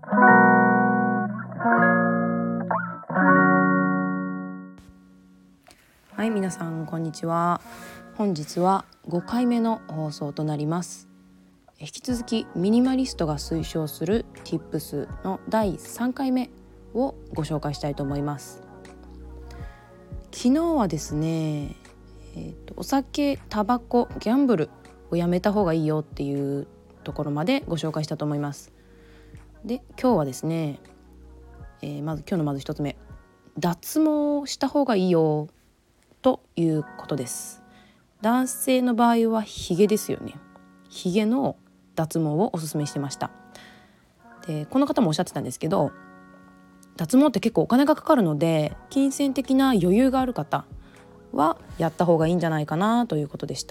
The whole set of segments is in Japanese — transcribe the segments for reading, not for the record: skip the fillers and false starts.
はい、皆さんこんにちは。本日は5回目の放送となります。引き続きミニマリストが推奨する Tips の第3回目をご紹介したいと思います。昨日はですね、お酒、タバコ、ギャンブルをやめた方がいいよっていうところまでご紹介したと思います。で、今日はですね、まず一つ目、脱毛した方がいいよということです。男性の場合はヒゲですよね。ヒゲの脱毛をおすすめしてました。で、この方もおっしゃってたんですけど、脱毛って結構お金がかかるので、金銭的な余裕がある方はやった方がいいんじゃないかなということでした。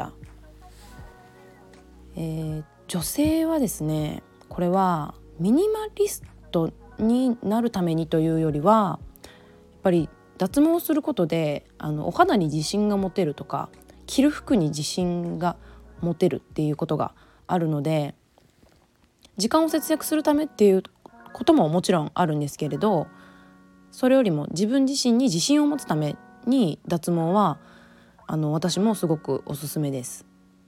女性はですね、これはミニマリストになるためにというよりは、やっぱり脱毛することでお肌に自信が持てるとか、着る服に自信が持てるっていうことがあるので、時間を節約するためっていうことももちろんあるんですけれど、それよりも自分自身に自信を持つために脱毛は私もすごくおすすめです。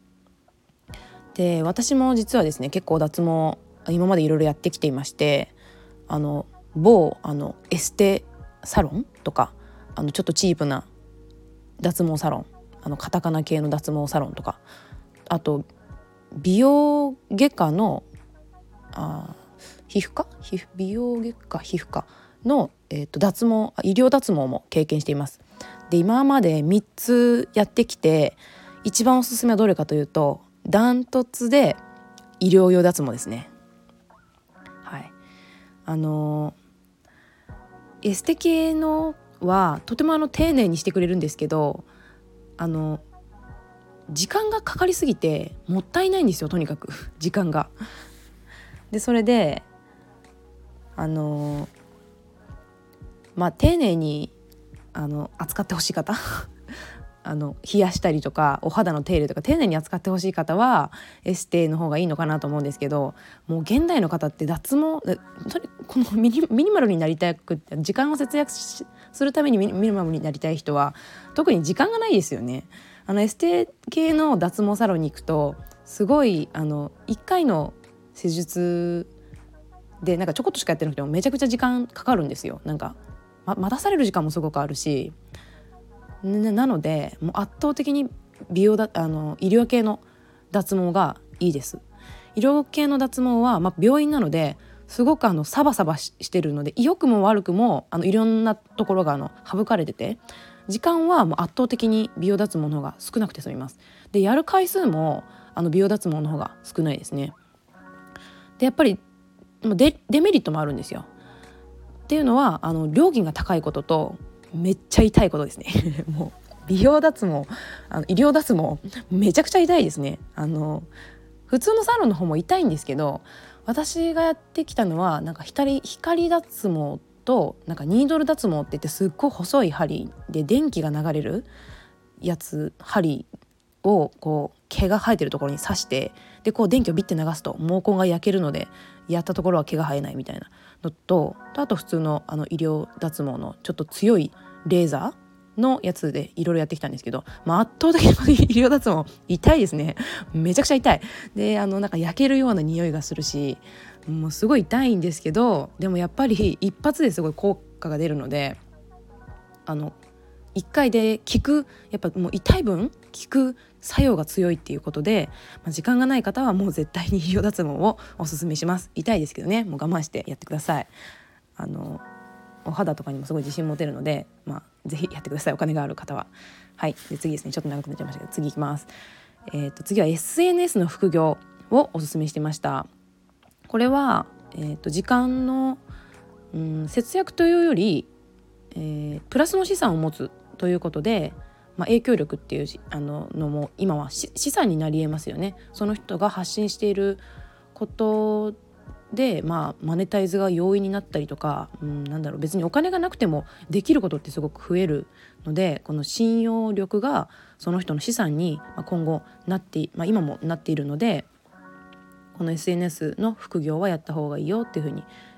で、私も実はですね、結構脱毛今までいろいろやってきていまして、某エステサロンとか、ちょっとチープな脱毛サロン、カタカナ系の脱毛サロンとか、あと美容外科の美容外科皮膚科の、脱毛医療脱毛も経験しています。で、今まで3つやってきて、一番おすすめはどれかというと、ダントツで医療用脱毛ですね。はい、エステ系のはとても丁寧にしてくれるんですけど、時間がかかりすぎてもったいないんですよ、とにかく時間が。で、それで丁寧に扱ってほしい方冷やしたりとかお肌の手入れとか丁寧に扱ってほしい方はエステの方がいいのかなと思うんですけど、もう現代の方って脱毛このミニマルになりたくて、時間を節約するためにミニマルになりたい人は特に時間がないですよね。エステ系の脱毛サロンに行くと、すごい1回の施術でちょこっとしかやってなくてもめちゃくちゃ時間かかるんですよ。待たされる時間もすごくあるし、なのでもう圧倒的に医療系の脱毛がいいです。医療系の脱毛は、病院なのですごくサバサバしてるので、良くも悪くもいろんなところが省かれてて、時間はもう圧倒的に美容脱毛の方が少なくて済みます。で、やる回数も美容脱毛の方が少ないですね。で、やっぱりデメリットもあるんですよ。っていうのは料金が高いことと、めっちゃ痛いことですねもう美容脱毛医療脱毛めちゃくちゃ痛いですね。普通のサロンの方も痛いんですけど、私がやってきたのは光脱毛とニードル脱毛って言って、すっごい細い針で電気が流れるやつ、針を毛が生えてるところに刺して、で電気をビッて流すと毛根が焼けるので、やったところは毛が生えないみたいなのと、あと普通の医療脱毛のちょっと強いレーザーのやつでいろいろやってきたんですけど、圧倒的に医療脱毛痛いですね。めちゃくちゃ痛い。で、焼けるような匂いがするし、もうすごい痛いんですけど、でもやっぱり一発ですごい効果が出るので、1回で効く、やっぱもう痛い分効く作用が強いっていうことで、時間がない方はもう絶対に医療脱毛をおすすめします。痛いですけどね、もう我慢してやってください。お肌とかにもすごい自信持てるので、ぜひやってください、お金がある方は。はい。で、次ですね、ちょっと長くなっちゃいましたけど、次いきます。次は SNS の副業をおすすめしてました。これは、時間の、節約というより、プラスの資産を持つということで、影響力っていうのも今は資産になり得ますよね。その人が発信していることで、マネタイズが容易になったりとか、別にお金がなくてもできることってすごく増えるので、この信用力がその人の資産に今後なって、今もなっているので、この SNS の副業はやった方がいいよっていうふうに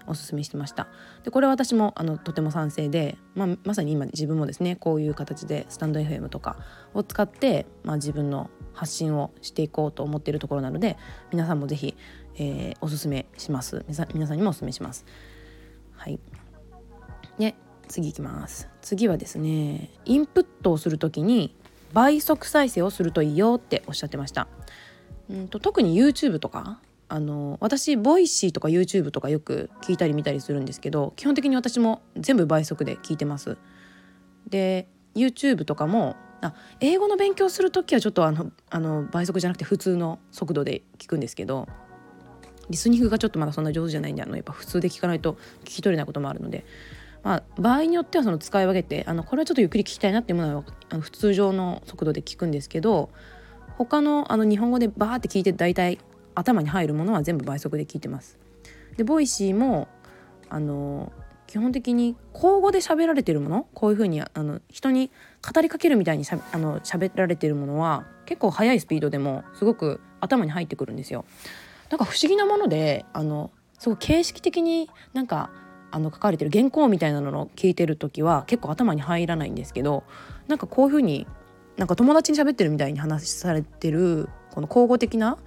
おすすめしてました。でこれは私もとても賛成で、まさに今自分もですねこういう形でスタンド FM とかを使って、自分の発信をしていこうと思っているところなので、皆さんもぜひ、おすすめします。皆さんにもおすすめします。はい。で次いきます。次はですね、インプットをするときに倍速再生をするといいよっておっしゃってました。特に YouTube とか私ボイシーとか YouTube とかよく聞いたり見たりするんですけど、基本的に私も全部倍速で聞いてます。で YouTube とかも英語の勉強するときはちょっと倍速じゃなくて普通の速度で聞くんですけど、リスニングがちょっとまだそんな上手じゃないんでやっぱ普通で聞かないと聞き取れないこともあるので、場合によってはその使い分けてこれはちょっとゆっくり聞きたいなっていうものは普通上の速度で聞くんですけど、他の日本語でバーって聞いて大体頭に入るものは全部倍速で聞いてます。でボイシーも基本的に口語で喋られているもの、こういうふうに人に語りかけるみたいに喋られているものは結構速いスピードでもすごく頭に入ってくるんですよ。なんか不思議なものですごい形式的に書かれてる原稿みたいなのを聞いてるときは結構頭に入らないんですけど、こういうふうに友達に喋ってるみたいに話されてるこの口語的な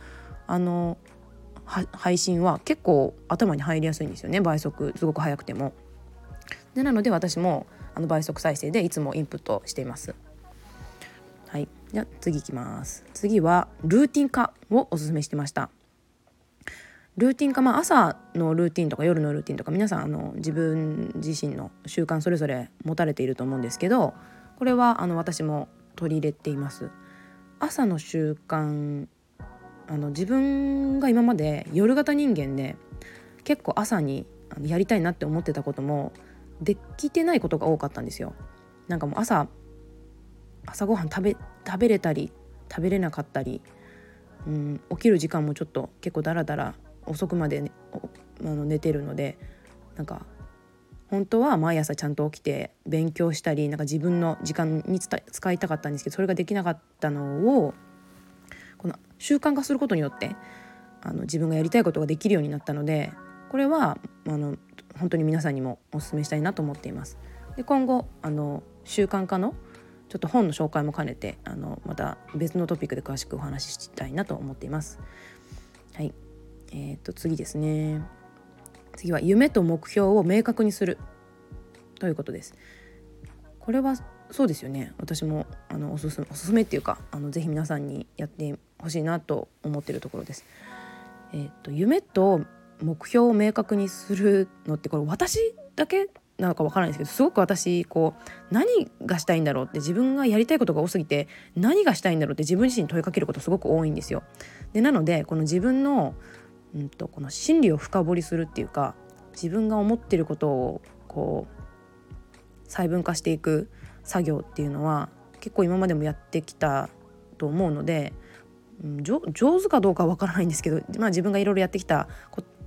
配信は結構頭に入りやすいんですよね、倍速すごく速くても。でなので私も倍速再生でいつもインプットしています。はい、じゃあ次いきます。次はルーティン化をおすすめしてました。ルーティン化、朝のルーティンとか夜のルーティンとか皆さん自分自身の習慣それぞれ持たれていると思うんですけど、これは私も取り入れています。朝の習慣、自分が今まで夜型人間で結構朝にやりたいなって思ってたこともできてないことが多かったんですよ。もう朝ごはん食べれたり食べれなかったり、起きる時間もちょっと結構だらだら遅くまで、寝てるので本当は毎朝ちゃんと起きて勉強したり自分の時間に使いたかったんですけど、それができなかったのをこの習慣化することによって自分がやりたいことができるようになったので、これは本当に皆さんにもお勧めしたいなと思っています。で今後習慣化のちょっと本の紹介も兼ねてまた別のトピックで詳しくお話ししたいなと思っています。はい。次ですね。次は夢と目標を明確にするということです。これはそうですよね。私もおすすめっていうかぜひ皆さんにやってほしいなと思っているところです。夢と目標を明確にするのってこれ私だけなのかわからないですけど、すごく私何がしたいんだろうって、自分がやりたいことが多すぎて何がしたいんだろうって自分自身に問いかけることすごく多いんですよ。でなのでこの自分のこの心理を深掘りするっていうか、自分が思っていることを細分化していく作業っていうのは結構今までもやってきたと思うので、上手かどうかは分からないんですけど、自分がいろいろやってきた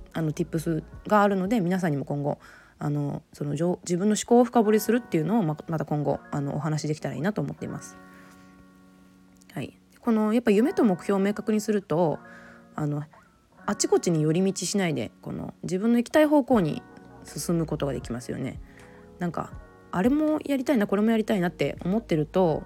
tips があるので、皆さんにも今後その自分の思考を深掘りするっていうのをまた今後お話しできたらいいなと思っています。はい、このやっぱ夢と目標を明確にするとあちこちに寄り道しないで自分の行きたい方向に進むことができますよね。あれもやりたいなこれもやりたいなって思ってると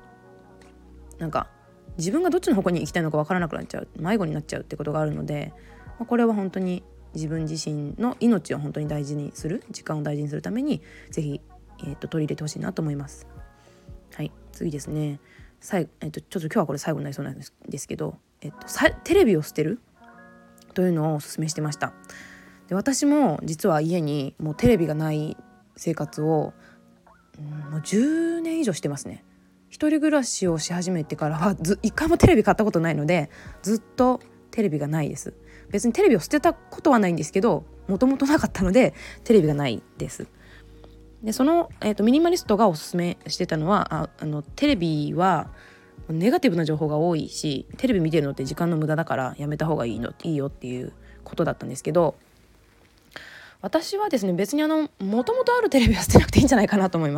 自分がどっちの方向に行きたいのか分からなくなっちゃう、迷子になっちゃうってことがあるので、これは本当に自分自身の命を本当に大事にする、時間を大事にするためにぜひ、取り入れてほしいなと思います。はい、次ですね。ちょっと今日はこれ最後になりそうなんですけど、テレビを捨てるというのをお勧めしてました。で私も実は家にもうテレビがない生活をもう10年以上してますね。一人暮らしをし始めてからは一回もテレビ買ったことないので、ずっとテレビがないです。別にテレビを捨てたことはないんですけど、もともとなかったのでテレビがないです。でその、ミニマリストがおすすめしてたのはテレビはネガティブな情報が多いし、テレビ見てるのって時間の無駄だからやめた方がいいよっていうことだったんですけど、私はですね別にもともとあるテレビは捨てなくていいんじゃないかなと思います。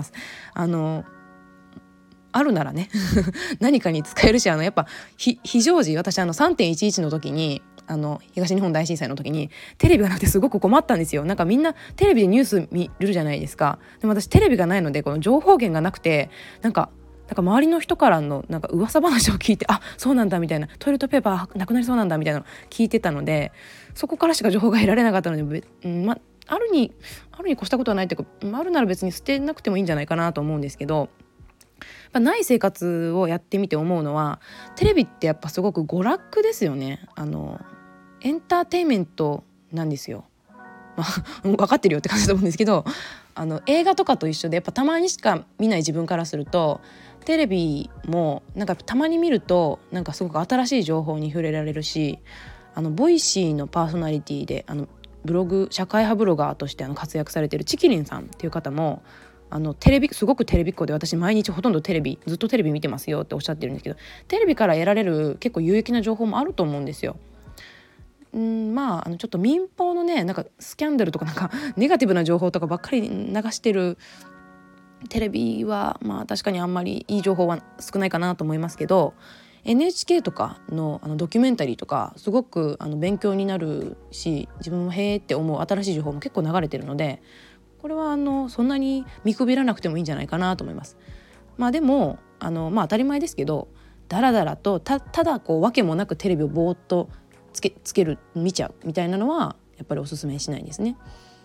あるならね何かに使えるし、やっぱ非常時、私3.11の時に東日本大震災の時にテレビがなくてすごく困ったんですよ。なんかみんなテレビでニュース見るじゃないですか。でも私テレビがないのでこの情報源がなくて、なんか周りの人からのなんか噂話を聞いて、あ、そうなんだみたいな、トイレットペーパーなくなりそうなんだみたいなの聞いてたので、そこからしか情報が得られなかったので、あるに越したことはないというか、あるなら別に捨てなくてもいいんじゃないかなと思うんですけど、ない生活をやってみて思うのは、テレビってやっぱすごく娯楽ですよね。エンターテインメントなんですよ。分かってるよって感じだと思うんですけど、映画とかと一緒で、やっぱたまにしか見ない自分からすると、テレビもなんかたまに見るとなんかすごく新しい情報に触れられるし、ボイシーのパーソナリティでブログ社会派ブロガーとして活躍されているチキリンさんっていう方も、すごくテレビっ子で、私毎日ほとんどずっとテレビ見てますよっておっしゃってるんですけど、テレビから得られる結構有益な情報もあると思うんですよ。ちょっと民放のね、なんかスキャンダルとかなんかネガティブな情報とかばっかり流してるテレビは確かにあんまりいい情報は少ないかなと思いますけど、 NHK とかのドキュメンタリーとかすごく勉強になるし、自分もへーって思う新しい情報も結構流れてるので、これはそんなに見くびらなくてもいいんじゃないかなと思います。でも当たり前ですけど、だらだらとただわけもなくテレビをぼーっと見ちゃうみたいなのはやっぱりおすすめしないですね。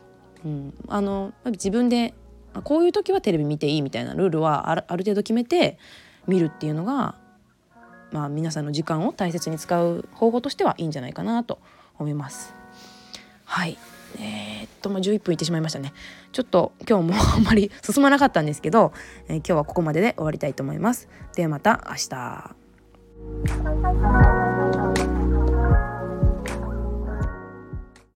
自分でこういう時はテレビ見ていいみたいなルールはある程度決めて見るっていうのが、皆さんの時間を大切に使う方法としてはいいんじゃないかなと思います。はい、11分いってしまいましたね。ちょっと今日もあんまり進まなかったんですけど、今日はここまでで終わりたいと思います。ではまた明日。